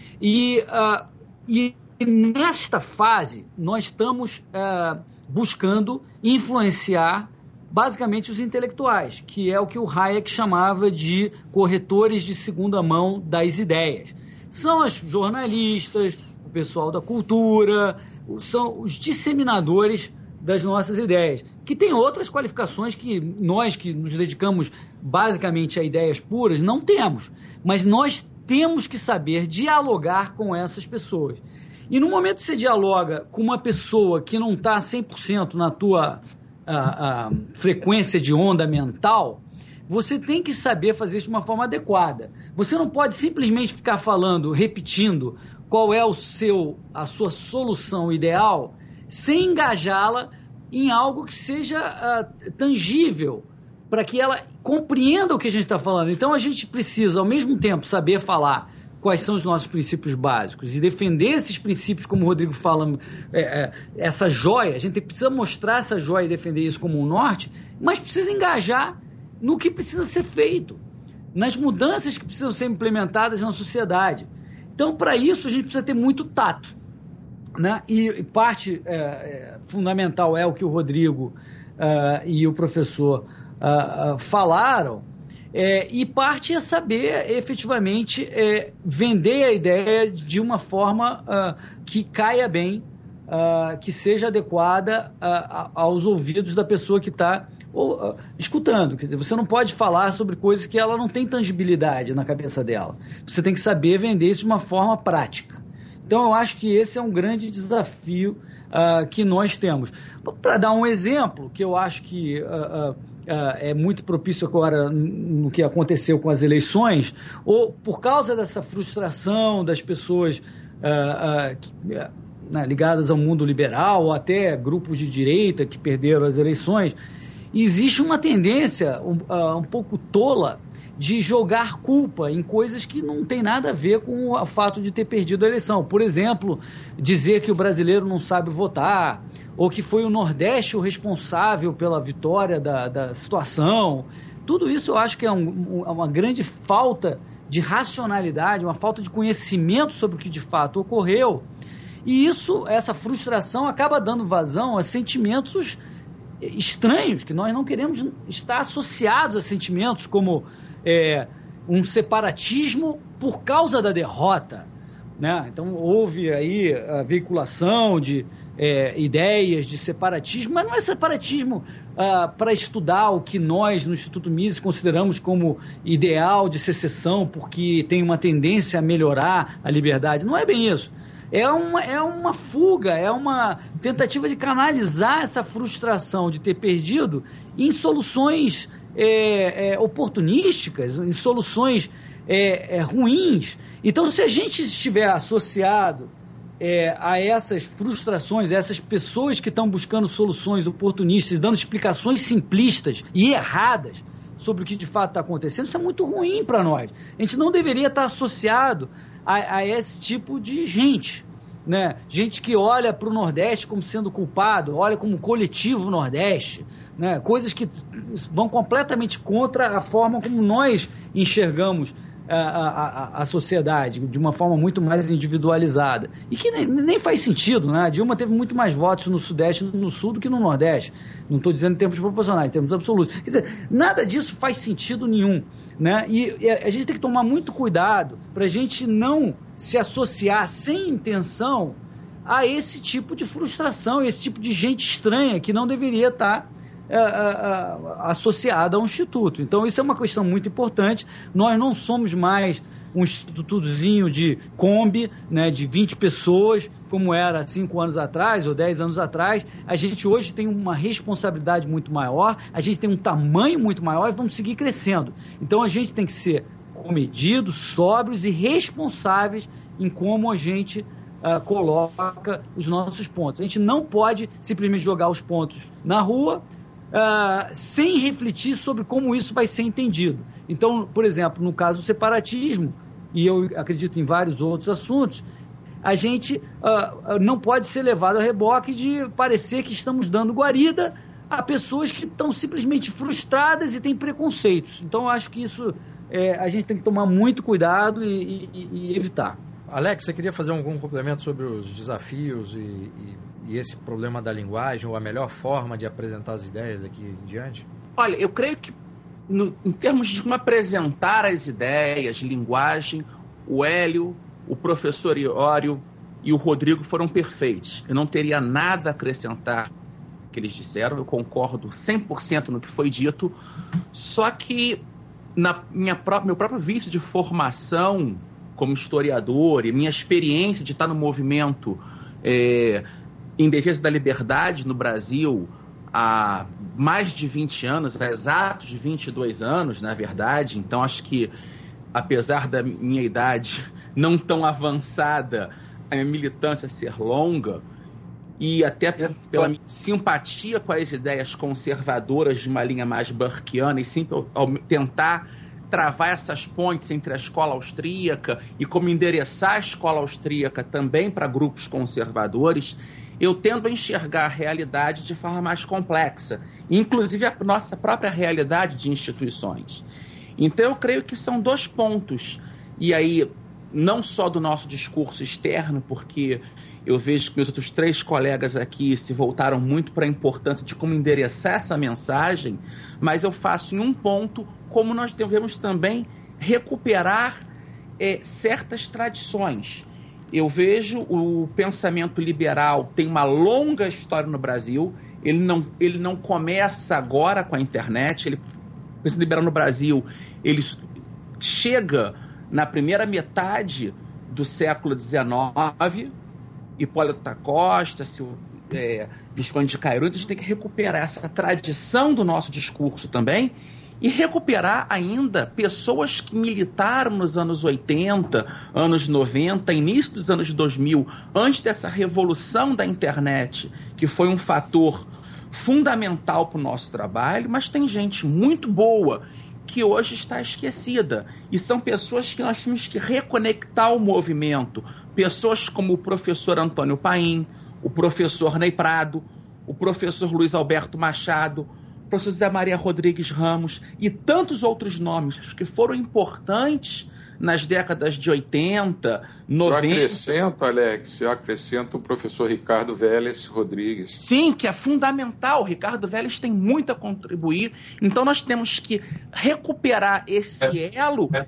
E, uh, e nesta fase, nós estamos uh, buscando influenciar basicamente os intelectuais, que é o que o Hayek chamava de corretores de segunda mão das ideias. são as jornalistas, o pessoal da cultura, são os disseminadores das nossas ideias, que tem outras qualificações que nós que nos dedicamos basicamente a ideias puras não temos, mas nós temos que saber dialogar com essas pessoas. E no momento que você dialoga com uma pessoa que não está cem por cento na tua a, a, frequência de onda mental, você tem que saber fazer isso de uma forma adequada. Você não pode simplesmente ficar falando, repetindo qual é o seu, a sua solução ideal, sem engajá-la em algo que seja uh, tangível, para que ela compreenda o que a gente está falando. Então a gente precisa, ao mesmo tempo, saber falar quais são os nossos princípios básicos e defender esses princípios, como o Rodrigo fala, é, é, essa joia, a gente precisa mostrar essa joia e defender isso como um norte, mas precisa engajar no que precisa ser feito, nas mudanças que precisam ser implementadas na sociedade. Então, para isso, a gente precisa ter muito tato, né? E parte é, é, fundamental é o que o Rodrigo uh, e o professor uh, uh, falaram, é, e parte é saber efetivamente é, vender a ideia de uma forma uh, que caia bem, uh, que seja adequada uh, aos ouvidos da pessoa que está ou, uh, escutando. Quer dizer, você não pode falar sobre coisas que ela não tem tangibilidade na cabeça dela. Você tem que saber vender isso de uma forma prática. Então, eu acho que esse é um grande desafio uh, que nós temos. Para dar um exemplo, que eu acho que uh, uh, uh, é muito propício agora no que aconteceu com as eleições, ou por causa dessa frustração das pessoas uh, uh, que, uh, né, ligadas ao mundo liberal, ou até grupos de direita que perderam as eleições, existe uma tendência um, uh, um pouco tola de jogar culpa em coisas que não tem nada a ver com o fato de ter perdido a eleição. Por exemplo, dizer que o brasileiro não sabe votar, ou que foi o Nordeste o responsável pela vitória da, da situação. Tudo isso eu acho que é um, uma grande falta de racionalidade, uma falta de conhecimento sobre o que de fato ocorreu. E isso, essa frustração acaba dando vazão a sentimentos estranhos, que nós não queremos estar associados a sentimentos como É, um separatismo por causa da derrota, né? Então houve aí a veiculação de é, ideias de separatismo, mas não é separatismo ah, para estudar o que nós no Instituto Mises consideramos como ideal de secessão, porque tem uma tendência a melhorar a liberdade. Não é bem isso. É uma, é uma fuga, é uma tentativa de canalizar essa frustração de ter perdido em soluções É, é, oportunísticas, em soluções é, é, ruins. Então, se a gente estiver associado é, a essas frustrações, a essas pessoas que estão buscando soluções oportunistas, dando explicações simplistas e erradas sobre o que de fato está acontecendo, isso é muito ruim para nós. A gente não deveria estar associado a, a esse tipo de gente, né? Gente que olha para o Nordeste como sendo culpado, olha como coletivo Nordeste, né? Coisas que vão completamente contra a forma como nós enxergamos a, a, a sociedade, de uma forma muito mais individualizada. E que nem, nem faz sentido, né? A Dilma teve muito mais votos no Sudeste e no Sul do que no Nordeste. Não estou dizendo em termos proporcionais, em termos absolutos. Quer dizer, nada disso faz sentido nenhum, né? E, e a gente tem que tomar muito cuidado para a gente não se associar sem intenção a esse tipo de frustração, esse tipo de gente estranha que não deveria estar É, é, associada ao Instituto. Então isso é uma questão muito importante. Nós não somos mais um institutozinho de Kombi, né, de vinte pessoas, como era cinco anos atrás ou dez anos atrás. A gente hoje tem uma responsabilidade muito maior, a gente tem um tamanho muito maior e vamos seguir crescendo. Então a gente tem que ser comedidos, sóbrios e responsáveis em como a gente uh, coloca os nossos pontos. A gente não pode simplesmente jogar os pontos na rua Uh, sem refletir sobre como isso vai ser entendido. Então, por exemplo, no caso do separatismo, e eu acredito em vários outros assuntos, a gente uh, não pode ser levado a reboque de parecer que estamos dando guarida a pessoas que estão simplesmente frustradas e têm preconceitos. Então, eu acho que isso é, a gente tem que tomar muito cuidado e, e, e evitar. Alex, você queria fazer algum complemento sobre os desafios e, e, e esse problema da linguagem, ou a melhor forma de apresentar as ideias daqui em diante? Olha, eu creio que no, em termos de como apresentar as ideias, linguagem, o Hélio o professor Iório e o Rodrigo foram perfeitos. Eu não teria nada a acrescentar no que eles disseram, eu concordo cem por cento no que foi dito, só que na minha pró- meu próprio vício de formação como historiador e minha experiência de estar no movimento é, em defesa da liberdade no Brasil há mais de vinte anos, há exatos vinte e dois anos, na verdade. Então, acho que, apesar da minha idade não tão avançada, a minha militância ser longa, e até pela minha simpatia com as ideias conservadoras de uma linha mais burkeana, e sim ao tentar travar essas pontes entre a escola austríaca e como endereçar a escola austríaca também para grupos conservadores, eu tendo a enxergar a realidade de forma mais complexa, inclusive a nossa própria realidade de instituições. Então eu creio que são dois pontos, e aí não só do nosso discurso externo, porque eu vejo que meus outros três colegas aqui se voltaram muito para a importância de como endereçar essa mensagem, mas eu faço em um ponto como nós devemos também recuperar é, certas tradições. Eu vejo o pensamento liberal tem uma longa história no Brasil, ele não, ele não começa agora com a internet, ele, o pensamento liberal no Brasil ele chega na primeira metade do século dezenove, Hipólito da Costa, é, Visconde de Cairu. Então a gente tem que recuperar essa tradição do nosso discurso também e recuperar ainda pessoas que militaram nos anos oitenta, anos noventa, início dos anos dois mil, antes dessa revolução da internet, que foi um fator fundamental para o nosso trabalho, mas tem gente muito boa que hoje está esquecida. E são pessoas que nós temos que reconectar o movimento. Pessoas como o professor Antônio Paim, o professor Ney Prado, o professor Luiz Alberto Machado, o professor Zé Maria Rodrigues Ramos e tantos outros nomes que foram importantes nas décadas de oitenta, noventa. Eu acrescento, Alex, eu acrescento o professor Ricardo Vélez Rodrigues. Sim, que é fundamental. O Ricardo Vélez tem muito a contribuir. Então nós temos que recuperar esse é, elo é,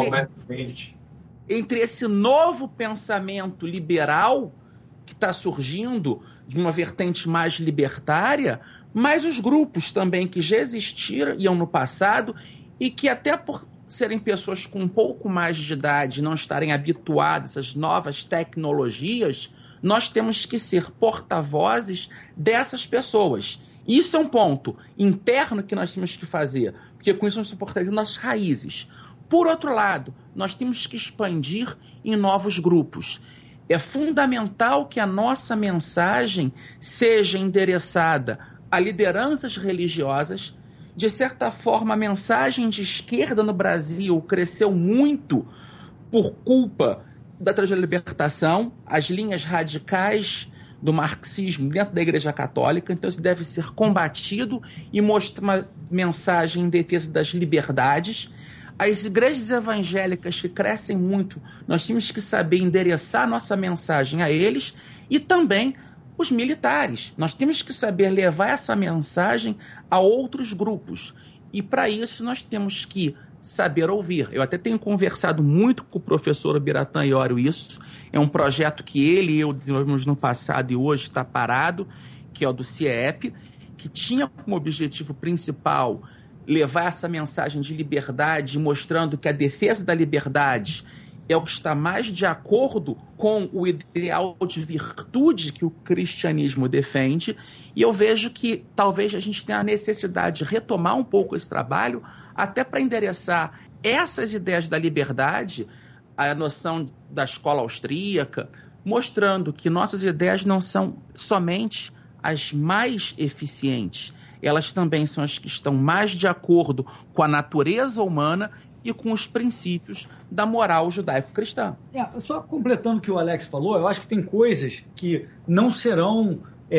entre, entre esse novo pensamento liberal que está surgindo de uma vertente mais libertária, mas os grupos também que já existiram no passado e que até por serem pessoas com um pouco mais de idade, não estarem habituadas às novas tecnologias, nós temos que ser porta-vozes dessas pessoas. Isso é um ponto interno que nós temos que fazer, porque com isso nós estamos fortalecendo nossas raízes. Por outro lado, nós temos que expandir em novos grupos. É fundamental que a nossa mensagem seja endereçada a lideranças religiosas. De certa forma, a mensagem de esquerda no Brasil cresceu muito por culpa da teologia da libertação, as linhas radicais do marxismo dentro da Igreja Católica. Então isso deve ser combatido e mostrar uma mensagem em defesa das liberdades. As igrejas evangélicas que crescem muito, nós temos que saber endereçar nossa mensagem a eles, e também os militares. Nós temos que saber levar essa mensagem a outros grupos. E para isso nós temos que saber ouvir. Eu até tenho conversado muito com o professor Biratã Iório isso. É um projeto que ele e eu desenvolvemos no passado e hoje está parado, que é o do CIEP, que tinha como objetivo principal levar essa mensagem de liberdade, mostrando que a defesa da liberdade é o que está mais de acordo com o ideal de virtude que o cristianismo defende, e eu vejo que talvez a gente tenha a necessidade de retomar um pouco esse trabalho, até para endereçar essas ideias da liberdade, a noção da escola austríaca, mostrando que nossas ideias não são somente as mais eficientes, elas também são as que estão mais de acordo com a natureza humana e com os princípios da moral judaico-cristã. É, só completando o que o Alex falou, eu acho que tem coisas que não serão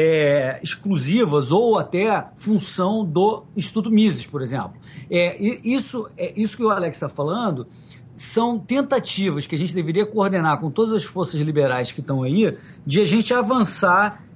é, exclusivas ou até função do Instituto Mises, por exemplo. É, isso, é, isso que o Alex está falando são tentativas que a gente deveria coordenar com todas as forças liberais que estão aí, de a gente avançar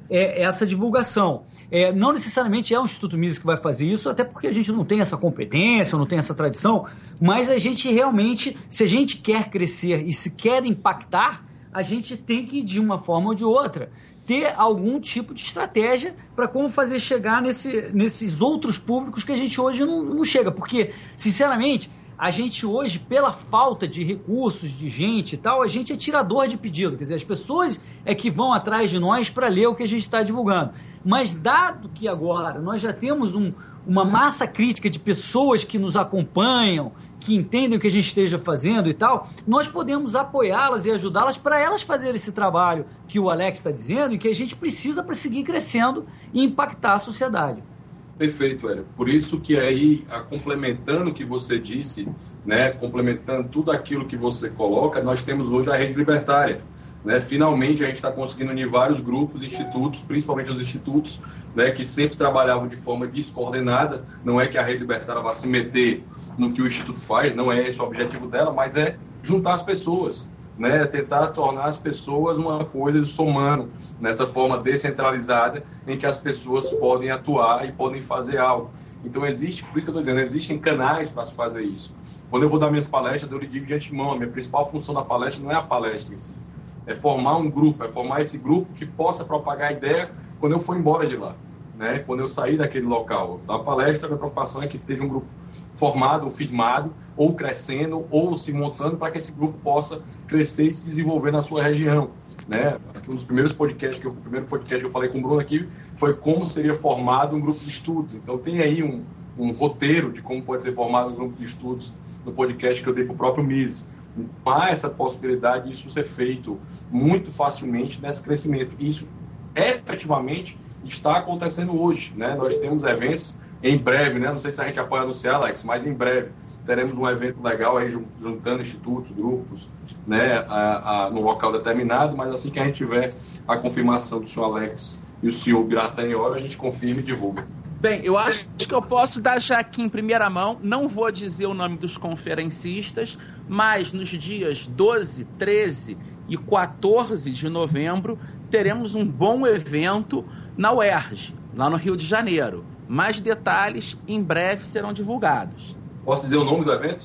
é, essa divulgação. É, não necessariamente é o Instituto Mises que vai fazer isso, até porque a gente não tem essa competência, não tem essa tradição, mas a gente realmente, se a gente quer crescer e se quer impactar, a gente tem que, de uma forma ou de outra, ter algum tipo de estratégia para como fazer chegar nesse, nesses outros públicos que a gente hoje não, não chega. Porque, sinceramente, a gente hoje, pela falta de recursos, de gente e tal, a gente é tirador de pedido. Quer dizer, as pessoas é que vão atrás de nós para ler o que a gente está divulgando. Mas dado que agora nós já temos um, uma massa crítica de pessoas que nos acompanham, que entendem o que a gente esteja fazendo e tal, nós podemos apoiá-las e ajudá-las para elas fazerem esse trabalho que o Alex está dizendo e que a gente precisa para seguir crescendo e impactar a sociedade. Perfeito, Hélio. Por isso que aí, a, complementando o que você disse, né, complementando tudo aquilo que você coloca, nós temos hoje a Rede Libertária. Né? Finalmente a gente está conseguindo unir vários grupos, institutos, principalmente os institutos, né, que sempre trabalhavam de forma descoordenada. Não é que a Rede Libertária vá se meter no que o Instituto faz, não é esse o objetivo dela, mas é juntar as pessoas, né, tentar tornar as pessoas uma coisa somando nessa forma descentralizada em que as pessoas podem atuar e podem fazer algo. Então existe, por isso que eu estou dizendo, existem canais para se fazer isso. Quando eu vou dar minhas palestras, eu lhe digo de antemão, a minha principal função da palestra não é a palestra em si, é formar um grupo, é formar esse grupo que possa propagar a ideia quando eu for embora de lá, né, quando eu sair daquele local. Da palestra, a minha preocupação é que esteja um grupo formado ou firmado, ou crescendo, ou se montando para que esse grupo possa crescer e se desenvolver na sua região. Né? Um dos primeiros podcasts, que eu, o primeiro podcast que eu falei com o Bruno aqui foi como seria formado um grupo de estudos. Então tem aí um, um roteiro de como pode ser formado um grupo de estudos no podcast que eu dei para o próprio Mises. Há essa possibilidade de isso ser feito muito facilmente nesse crescimento. Isso efetivamente está acontecendo hoje. Né? Nós temos eventos em breve, né? Não sei se a gente pode anunciar, Alex, mas em breve teremos um evento legal aí juntando institutos, grupos, né, a, a, no local determinado, mas assim que a gente tiver a confirmação do senhor Alex e o senhor Biratã em hora, a gente confirma e divulga. Bem, eu acho que eu posso dar já aqui em primeira mão, não vou dizer o nome dos conferencistas, mas nos dias doze, treze e quatorze de novembro teremos um bom evento na U E R J, lá no Rio de Janeiro. Mais detalhes em breve serão divulgados. Posso dizer o nome do evento?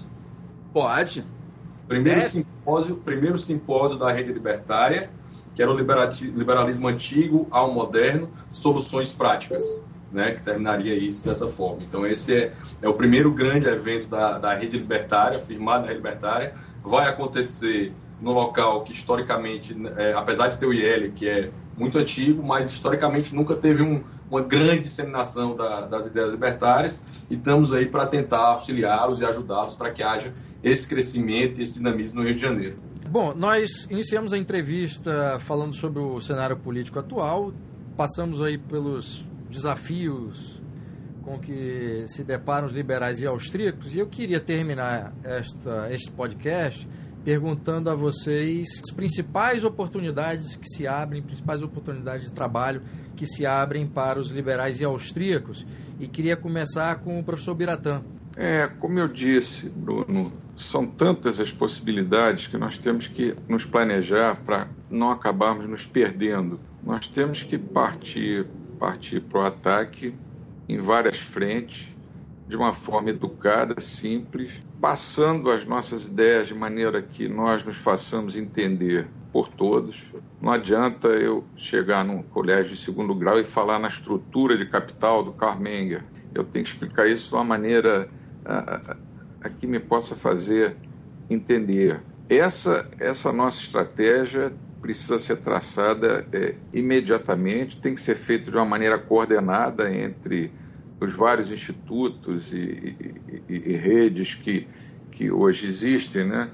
Pode. Primeiro é. simpósio, primeiro simpósio da Rede Libertária, que era o liberalismo antigo ao moderno, soluções práticas, né, que terminaria isso dessa forma. Então esse é, é o primeiro grande evento da, da Rede Libertária, firmado da Rede Libertária. Vai acontecer no local que historicamente, é, apesar de ter o I L, que é muito antigo, mas historicamente nunca teve um, uma grande disseminação da, das ideias libertárias, e estamos aí para tentar auxiliá-los e ajudá-los para que haja esse crescimento e esse dinamismo no Rio de Janeiro. Bom, nós iniciamos a entrevista falando sobre o cenário político atual, passamos aí pelos desafios com que se deparam os liberais e austríacos, e eu queria terminar esta, este podcast perguntando a vocês as principais oportunidades que se abrem, principais oportunidades de trabalho que se abrem para os liberais e austríacos. E queria começar com o professor Biratã. É, como eu disse, Bruno, são tantas as possibilidades que nós temos que nos planejar para não acabarmos nos perdendo. Nós temos que partir, partir para o ataque em várias frentes, de uma forma educada, simples, passando as nossas ideias de maneira que nós nos façamos entender por todos. Não adianta eu chegar num colégio de segundo grau e falar na estrutura de capital do Karl Menger. Eu tenho que explicar isso de uma maneira a, a, a que me possa fazer entender. Essa, essa nossa estratégia precisa ser traçada é, imediatamente, tem que ser feita de uma maneira coordenada entre os vários institutos e, e, e, e redes que, que hoje existem, né?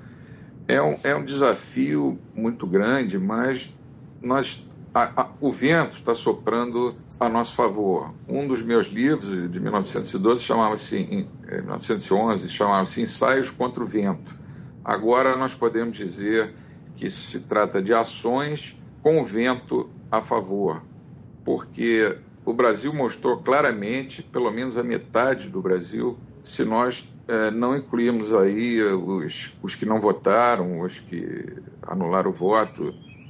É um, é um desafio muito grande, mas nós, a, a, o vento está soprando a nosso favor. Um dos meus livros, de mil novecentos e doze, chamava-se, em mil novecentos e onze, chamava-se Ensaios contra o Vento. Agora nós podemos dizer que se trata de ações com o vento a favor, porque o Brasil mostrou claramente, pelo menos a metade do Brasil, se nós eh, não incluirmos aí os, os que não votaram, os que anularam o voto,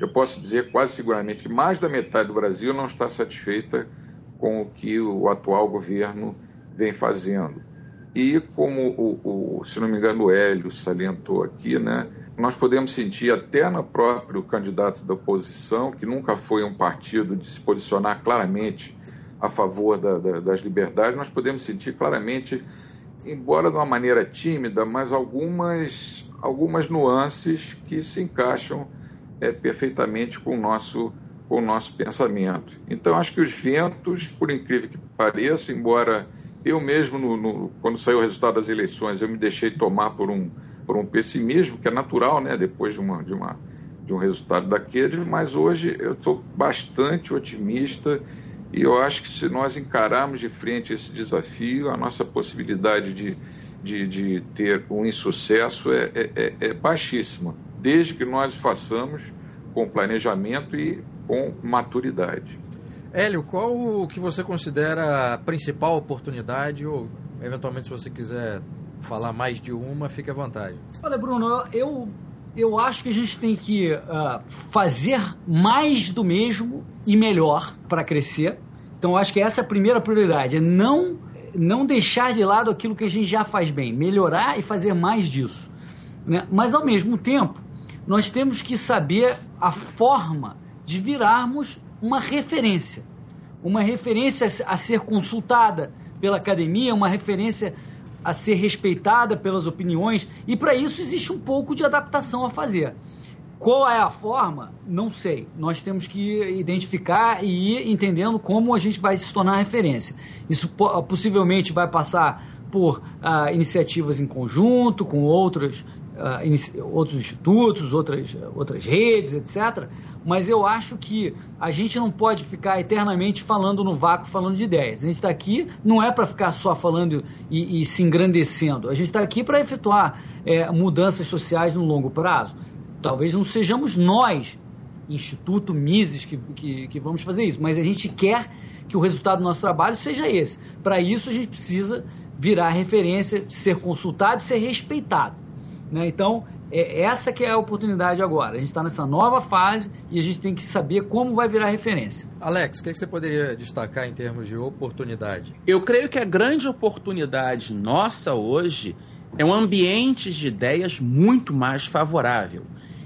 eu posso dizer quase seguramente que mais da metade do Brasil não está satisfeita com o que o atual governo vem fazendo. E como, o, o, se não me engano, o Hélio salientou aqui, né, nós podemos sentir até no próprio candidato da oposição, que nunca foi um partido de se posicionar claramente a favor da, da, das liberdades, nós podemos sentir claramente, embora de uma maneira tímida, mas algumas, algumas nuances que se encaixam é, perfeitamente com o nosso, com o nosso pensamento. Então, acho que os ventos, por incrível que pareça, embora eu mesmo, no, no, quando saiu o resultado das eleições, eu me deixei tomar por um, por um pessimismo, que é natural, né, depois de, uma, de, uma, de um resultado daquele, mas hoje eu estou bastante otimista e eu acho que se nós encararmos de frente esse desafio, a nossa possibilidade de, de, de ter um insucesso é, é, é baixíssima, desde que nós façamos com planejamento e com maturidade. Hélio, qual o que você considera a principal oportunidade ou, eventualmente, se você quiser falar mais de uma, fique à vontade. Olha, Bruno, eu, eu acho que a gente tem que uh, fazer mais do mesmo e melhor para crescer. Então, eu acho que essa é a primeira prioridade, é não, não deixar de lado aquilo que a gente já faz bem, melhorar e fazer mais disso, né? Mas, ao mesmo tempo, nós temos que saber a forma de virarmos uma referência, uma referência a ser consultada pela academia, uma referência a ser respeitada pelas opiniões, e para isso existe um pouco de adaptação a fazer. Qual é a forma? Não sei. Nós temos que identificar e ir entendendo como a gente vai se tornar referência. Isso possivelmente vai passar por uh, iniciativas em conjunto com outros, uh, inici- outros institutos, outras, outras redes, etcétera. Mas eu acho que a gente não pode ficar eternamente falando no vácuo, falando de ideias. A gente está aqui não é para ficar só falando e, e se engrandecendo. A gente está aqui para efetuar é, mudanças sociais no longo prazo. Talvez não sejamos nós, Instituto Mises, que, que, que vamos fazer isso, mas a gente quer que o resultado do nosso trabalho seja esse. Para isso, a gente precisa virar referência, ser consultado e ser respeitado, né? Então, é essa que é a oportunidade agora. A gente está nessa nova fase e a gente tem que saber como vai virar referência. Alex, o que você poderia destacar em termos de oportunidade? Eu creio que a grande oportunidade nossa hoje é um ambiente de ideias muito mais favorável.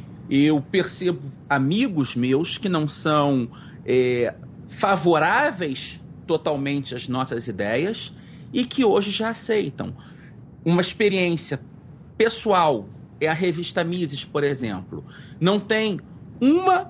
Eu percebo amigos meus que não são é, favoráveis totalmente às nossas ideias e que hoje já aceitam. Uma experiência pessoal é a revista Mises, por exemplo. Não tem uma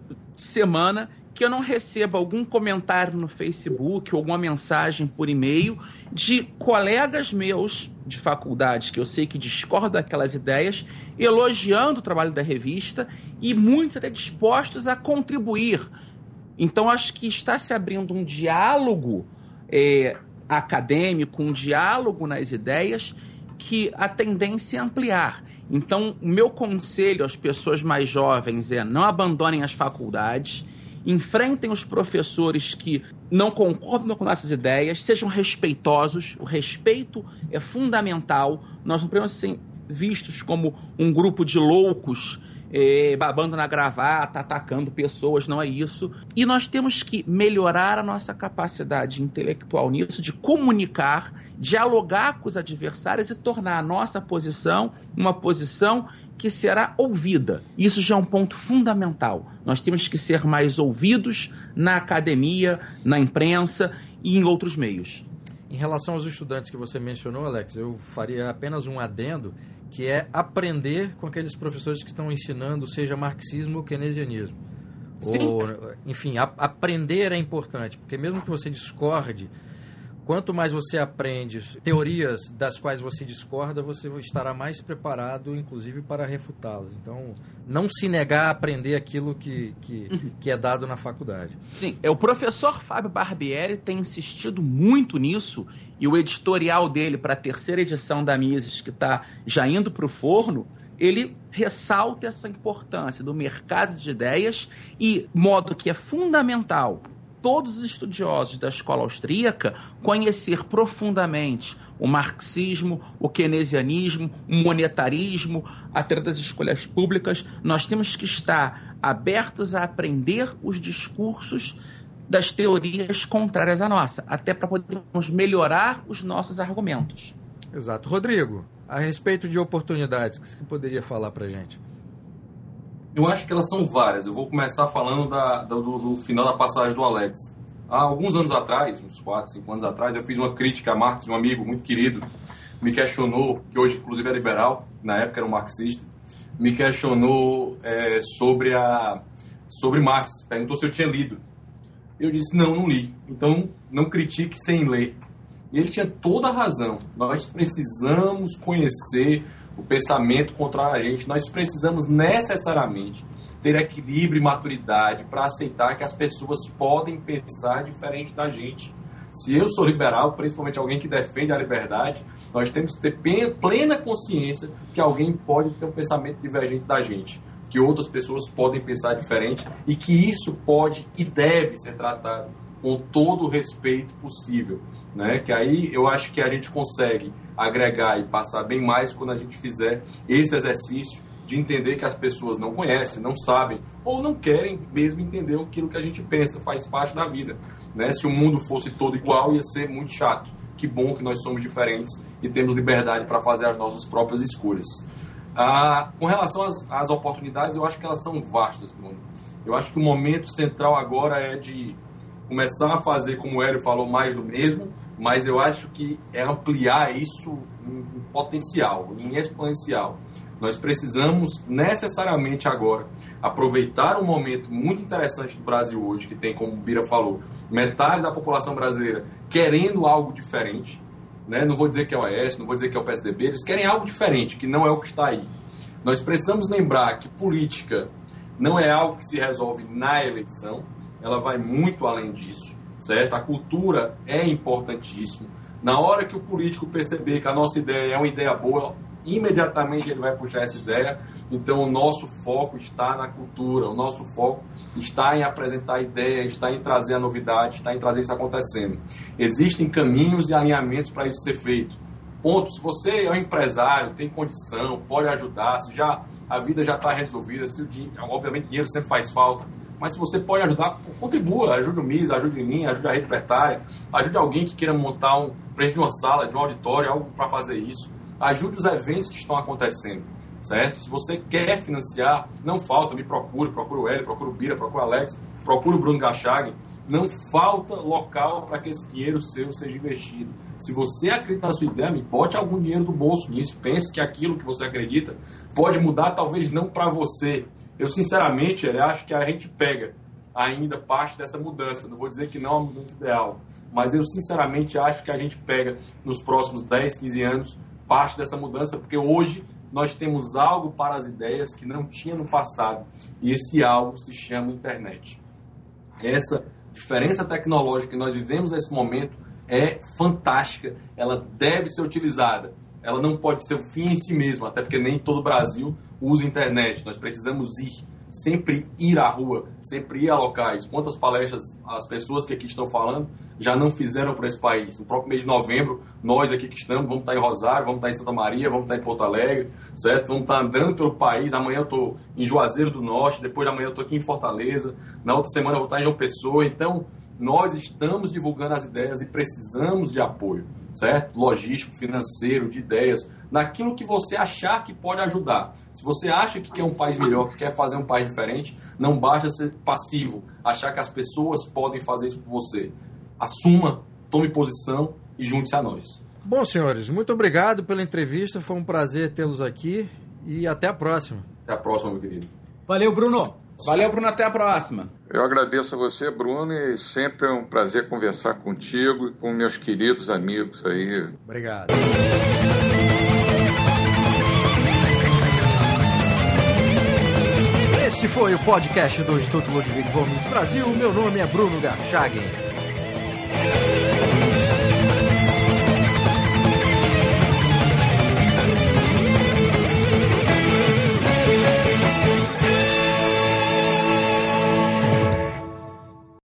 semana que eu não receba algum comentário no Facebook ou alguma mensagem por e-mail de colegas meus de faculdade, que eu sei que discordam daquelas ideias, elogiando o trabalho da revista e muitos até dispostos a contribuir. Então, acho que está se abrindo um diálogo é, acadêmico, um diálogo nas ideias, que a tendência é ampliar. Então, o meu conselho às pessoas mais jovens é não abandonem as faculdades, enfrentem os professores que não concordam com nossas ideias, sejam respeitosos. O respeito é fundamental. Nós não podemos ser vistos como um grupo de loucos é, babando na gravata, atacando pessoas, não é isso. E nós temos que melhorar a nossa capacidade intelectual nisso, de comunicar, dialogar com os adversários e tornar a nossa posição uma posição que será ouvida. Isso já é um ponto fundamental. Nós temos que ser mais ouvidos na academia, na imprensa e em outros meios. Em relação aos estudantes que você mencionou, Alex, eu faria apenas um adendo, que é aprender com aqueles professores que estão ensinando, seja marxismo ou keynesianismo. Sim. Ou, enfim, a, aprender é importante, porque mesmo que você discorde, quanto mais você aprende teorias das quais você discorda, você estará mais preparado, inclusive, para refutá-las. Então, não se negar a aprender aquilo que, que, uhum. que é dado na faculdade. Sim, é, o professor Fábio Barbieri tem insistido muito nisso, e o editorial dele para a terceira edição da Mises, que está já indo para o forno, ele ressalta essa importância do mercado de ideias e modo que é fundamental todos os estudiosos da escola austríaca conhecer profundamente o marxismo, o keynesianismo, o monetarismo, a teoria das escolhas públicas. Nós temos que estar abertos a aprender os discursos das teorias contrárias à nossa, até para podermos melhorar os nossos argumentos. Exato. Rodrigo, a respeito de oportunidades, o que você poderia falar para a gente? Eu acho que elas são várias. Eu vou começar falando da, do, do final da passagem do Alex. Há alguns anos atrás, uns quatro, cinco anos atrás, eu fiz uma crítica a Marx, um amigo muito querido, me questionou, que hoje inclusive é liberal, na época era um marxista, me questionou é, sobre, a, sobre Marx, perguntou se eu tinha lido. Eu disse, não, não li. Então, não critique sem ler. E ele tinha toda a razão. Nós precisamos conhecer o pensamento contrário a gente. Nós precisamos necessariamente ter equilíbrio e maturidade para aceitar que as pessoas podem pensar diferente da gente. Se eu sou liberal, principalmente alguém que defende a liberdade, nós temos que ter plena consciência que alguém pode ter um pensamento divergente da gente, que outras pessoas podem pensar diferente e que isso pode e deve ser tratado com todo o respeito possível, né? Que aí eu acho que a gente consegue agregar e passar bem mais quando a gente fizer esse exercício de entender que as pessoas não conhecem, não sabem ou não querem mesmo entender aquilo que a gente pensa, faz parte da vida, né? Se o mundo fosse todo igual, ia ser muito chato. Que bom que nós somos diferentes e temos liberdade para fazer as nossas próprias escolhas. Ah, com relação às, às oportunidades, eu acho que elas são vastas, Bruno. Eu acho que o momento central agora é de começar a fazer, como o Hélio falou, mais do mesmo, mas eu acho que é ampliar isso em, em potencial, em exponencial. Nós precisamos necessariamente agora aproveitar um momento muito interessante do Brasil hoje, que tem, como o Bira falou, metade da população brasileira querendo algo diferente, né? Não vou dizer que é o Aécio, não vou dizer que é o P S D B, eles querem algo diferente, que não é o que está aí. Nós precisamos lembrar que política não é algo que se resolve na eleição, ela vai muito além disso, certo? A cultura é importantíssima. Na hora que o político perceber que a nossa ideia é uma ideia boa, imediatamente ele vai puxar essa ideia. Então o nosso foco está na cultura, o nosso foco está em apresentar a ideia, está em trazer a novidade, está em trazer isso acontecendo. Existem caminhos e alinhamentos para isso ser feito. Ponto. Se você é um empresário, tem condição, pode ajudar, se já, a vida já está resolvida, se o dinheiro, obviamente o dinheiro sempre faz falta, mas se você pode ajudar, contribua, ajude o M I S, ajude em mim, ajude a Rede Libertária, ajude alguém que queira montar um preço de uma sala, de um auditório, algo para fazer isso. Ajude os eventos que estão acontecendo, certo? Se você quer financiar, não falta, me procure, procure o Hélio, procure o Bira, procure o Alex, procure o Bruno Garchagen. Não falta local para que esse dinheiro seu seja investido. Se você acredita na sua ideia, me bote algum dinheiro do bolso nisso, pense que aquilo que você acredita pode mudar, talvez não para você. Eu, sinceramente, eu acho que a gente pega ainda parte dessa mudança. Não vou dizer que não é uma mudança ideal, mas eu, sinceramente, acho que a gente pega nos próximos dez, quinze anos parte dessa mudança, porque hoje nós temos algo para as ideias que não tinha no passado, e esse algo se chama internet. Essa diferença tecnológica que nós vivemos nesse momento é fantástica, ela deve ser utilizada, ela não pode ser o fim em si mesma, até porque nem todo o Brasil usa internet, nós precisamos ir, sempre ir à rua, sempre ir a locais. Quantas palestras as pessoas que aqui estão falando já não fizeram para esse país? No próprio mês de novembro, nós aqui que estamos, vamos estar em Rosário, vamos estar em Santa Maria, vamos estar em Porto Alegre, certo? Vamos estar andando pelo país. Amanhã eu estou em Juazeiro do Norte, depois de amanhã eu estou aqui em Fortaleza, na outra semana eu vou estar em João Pessoa. Então, nós estamos divulgando as ideias e precisamos de apoio, certo? Logístico, financeiro, de ideias, naquilo que você achar que pode ajudar. Se você acha que quer um país melhor, que quer fazer um país diferente, não basta ser passivo, achar que as pessoas podem fazer isso por você. Assuma, tome posição e junte-se a nós. Bom, senhores, muito obrigado pela entrevista, foi um prazer tê-los aqui e até a próxima. Até a próxima, meu querido. Valeu, Bruno. Valeu, Bruno, até a próxima. Eu agradeço a você, Bruno, e sempre é um prazer conversar contigo e com meus queridos amigos aí. Obrigado. Este foi o podcast do Instituto Ludwig von Mises Brasil. Meu nome é Bruno Garchagen.